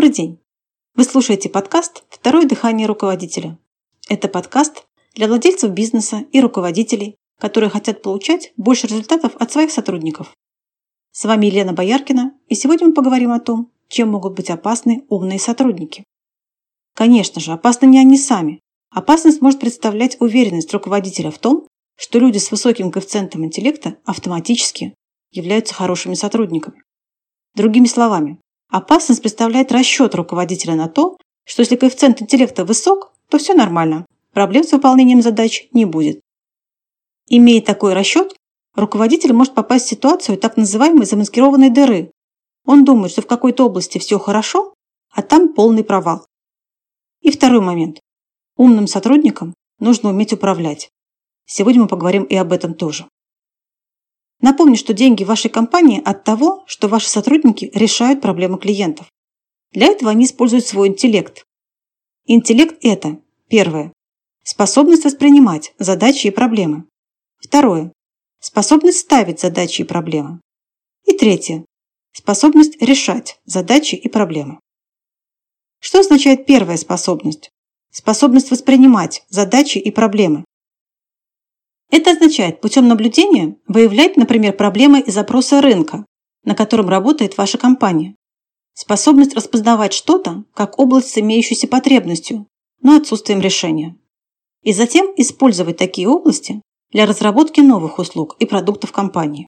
Добрый день! Вы слушаете подкаст «Второе дыхание руководителя». Это подкаст для владельцев бизнеса и руководителей, которые хотят получать больше результатов от своих сотрудников. С вами Елена Бояркина, и сегодня мы поговорим о том, чем могут быть опасны умные сотрудники. Конечно же, опасны не они сами. Опасность может представлять уверенность руководителя в том, что люди с высоким коэффициентом интеллекта автоматически являются хорошими сотрудниками. Другими словами, опасность представляет расчет руководителя на то, что если коэффициент интеллекта высок, то все нормально, проблем с выполнением задач не будет. Имея такой расчет, руководитель может попасть в ситуацию так называемой замаскированной дыры. Он думает, что в какой-то области все хорошо, а там полный провал. И второй момент. Умным сотрудникам нужно уметь управлять. Сегодня мы поговорим и об этом тоже. Напомню, что деньги в вашей компании от того, что ваши сотрудники решают проблемы клиентов. Для этого они используют свой интеллект. Интеллект – это, первое, способность воспринимать задачи и проблемы. Второе, способность ставить задачи и проблемы. И третье, способность решать задачи и проблемы. Что означает первая способность? Способность воспринимать задачи и проблемы. Это означает путем наблюдения выявлять, например, проблемы и запросы рынка, на котором работает ваша компания. Способность распознавать что-то как область с имеющейся потребностью, но отсутствием решения. И затем использовать такие области для разработки новых услуг и продуктов компании.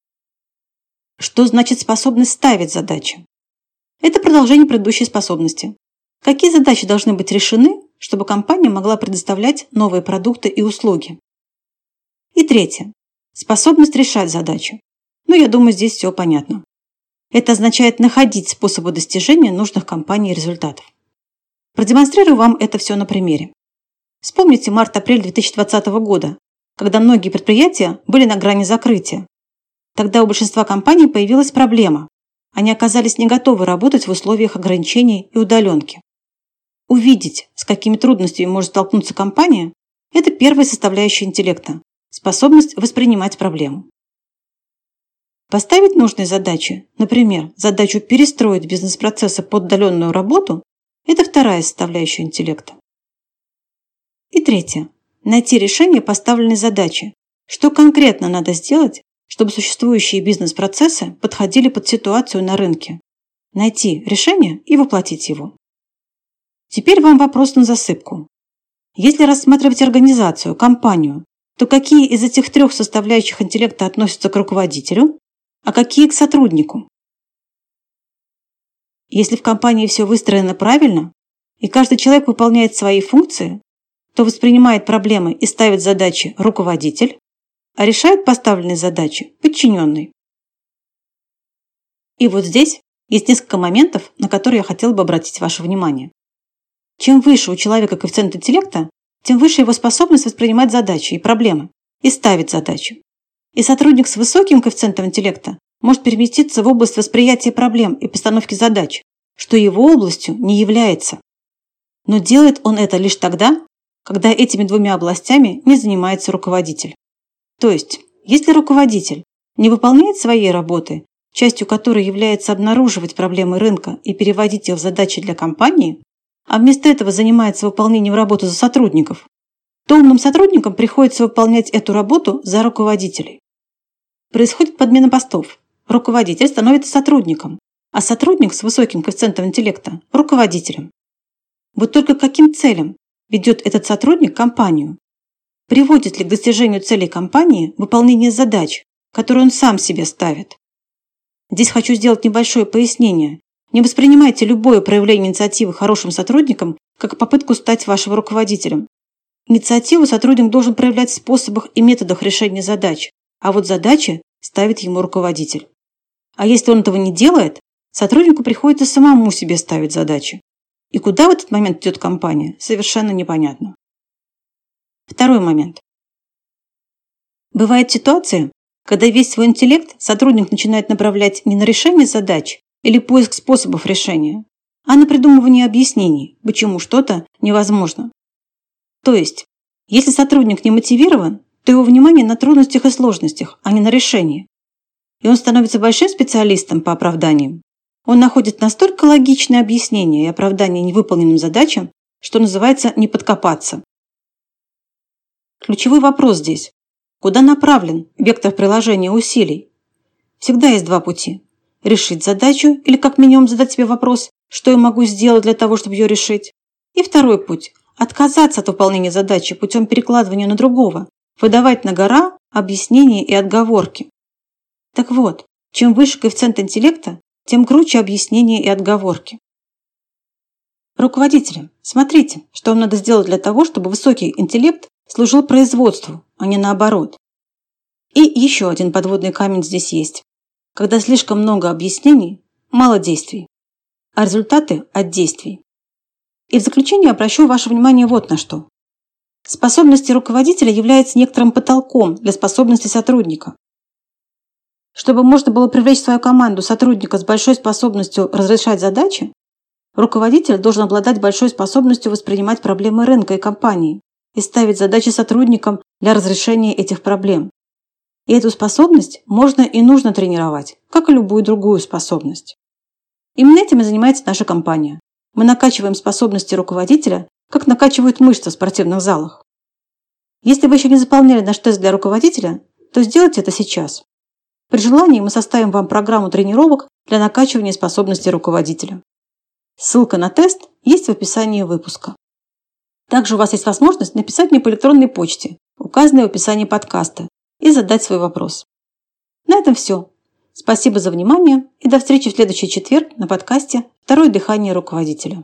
Что значит способность ставить задачи? Это продолжение предыдущей способности. Какие задачи должны быть решены, чтобы компания могла предоставлять новые продукты и услуги? И третье. Способность решать задачи. Я думаю, здесь все понятно. Это означает находить способы достижения нужных компанией результатов. Продемонстрирую вам это все на примере. Вспомните март-апрель 2020 года, когда многие предприятия были на грани закрытия. Тогда у большинства компаний появилась проблема. Они оказались не готовы работать в условиях ограничений и удаленки. Увидеть, с какими трудностями может столкнуться компания, это первая составляющая интеллекта. Способность воспринимать проблему. Поставить нужные задачи, например, задачу перестроить бизнес-процессы под удаленную работу, это вторая составляющая интеллекта. И третье. Найти решение поставленной задачи. Что конкретно надо сделать, чтобы существующие бизнес-процессы подходили под ситуацию на рынке. Найти решение и воплотить его. Теперь вам вопрос на засыпку. Если рассматривать организацию, компанию, то какие из этих трех составляющих интеллекта относятся к руководителю, а какие к сотруднику? Если в компании все выстроено правильно, и каждый человек выполняет свои функции, то воспринимает проблемы и ставит задачи руководитель, а решает поставленные задачи подчиненный. И вот здесь есть несколько моментов, на которые я хотела бы обратить ваше внимание. Чем выше у человека коэффициент интеллекта, тем выше его способность воспринимать задачи и проблемы и ставить задачи. И сотрудник с высоким коэффициентом интеллекта может переместиться в область восприятия проблем и постановки задач, что его областью не является. Но делает он это лишь тогда, когда этими двумя областями не занимается руководитель. То есть, если руководитель не выполняет своей работы, частью которой является обнаруживать проблемы рынка и переводить их в задачи для компании, а вместо этого занимается выполнением работы за сотрудников, то умным сотрудникам приходится выполнять эту работу за руководителей. Происходит подмена постов. Руководитель становится сотрудником, а сотрудник с высоким коэффициентом интеллекта – руководителем. Вот только к каким целям ведет этот сотрудник компанию? Приводит ли к достижению целей компании выполнение задач, которые он сам себе ставит? Здесь хочу сделать небольшое пояснение. Не воспринимайте любое проявление инициативы хорошим сотрудником как попытку стать вашим руководителем. Инициативу сотрудник должен проявлять в способах и методах решения задач, а вот задачи ставит ему руководитель. А если он этого не делает, сотруднику приходится самому себе ставить задачи. И куда в этот момент идет компания, совершенно непонятно. Второй момент. Бывает ситуация, когда весь свой интеллект сотрудник начинает направлять не на решение задач или поиск способов решения, а на придумывание объяснений, почему что-то невозможно. То есть, если сотрудник не мотивирован, то его внимание на трудностях и сложностях, а не на решении. И он становится большим специалистом по оправданиям. Он находит настолько логичное объяснение и оправдание невыполненным задачам, что называется «не подкопаться». Ключевой вопрос здесь: куда направлен вектор приложения усилий? Всегда есть два пути: решить задачу или как минимум задать себе вопрос, что я могу сделать для того, чтобы ее решить. И второй путь – отказаться от выполнения задачи путем перекладывания на другого, выдавать на гора объяснения и отговорки. Так вот, чем выше коэффициент интеллекта, тем круче объяснения и отговорки. Руководители, смотрите, что вам надо сделать для того, чтобы высокий интеллект служил производству, а не наоборот. И еще один подводный камень здесь есть. Когда слишком много объяснений, мало действий, а результаты от действий. И в заключение обращу ваше внимание вот на что. Способности руководителя являются некоторым потолком для способностей сотрудника. Чтобы можно было привлечь в свою команду сотрудника с большой способностью разрешать задачи, руководитель должен обладать большой способностью воспринимать проблемы рынка и компании и ставить задачи сотрудникам для разрешения этих проблем. И эту способность можно и нужно тренировать, как и любую другую способность. Именно этим и занимается наша компания. Мы накачиваем способности руководителя, как накачивают мышцы в спортивных залах. Если вы еще не заполняли наш тест для руководителя, то сделайте это сейчас. При желании мы составим вам программу тренировок для накачивания способностей руководителя. Ссылка на тест есть в описании выпуска. Также у вас есть возможность написать мне по электронной почте, указанной в описании подкаста, и задать свой вопрос. На этом все. Спасибо за внимание и до встречи в следующий четверг на подкасте «Второе дыхание руководителя».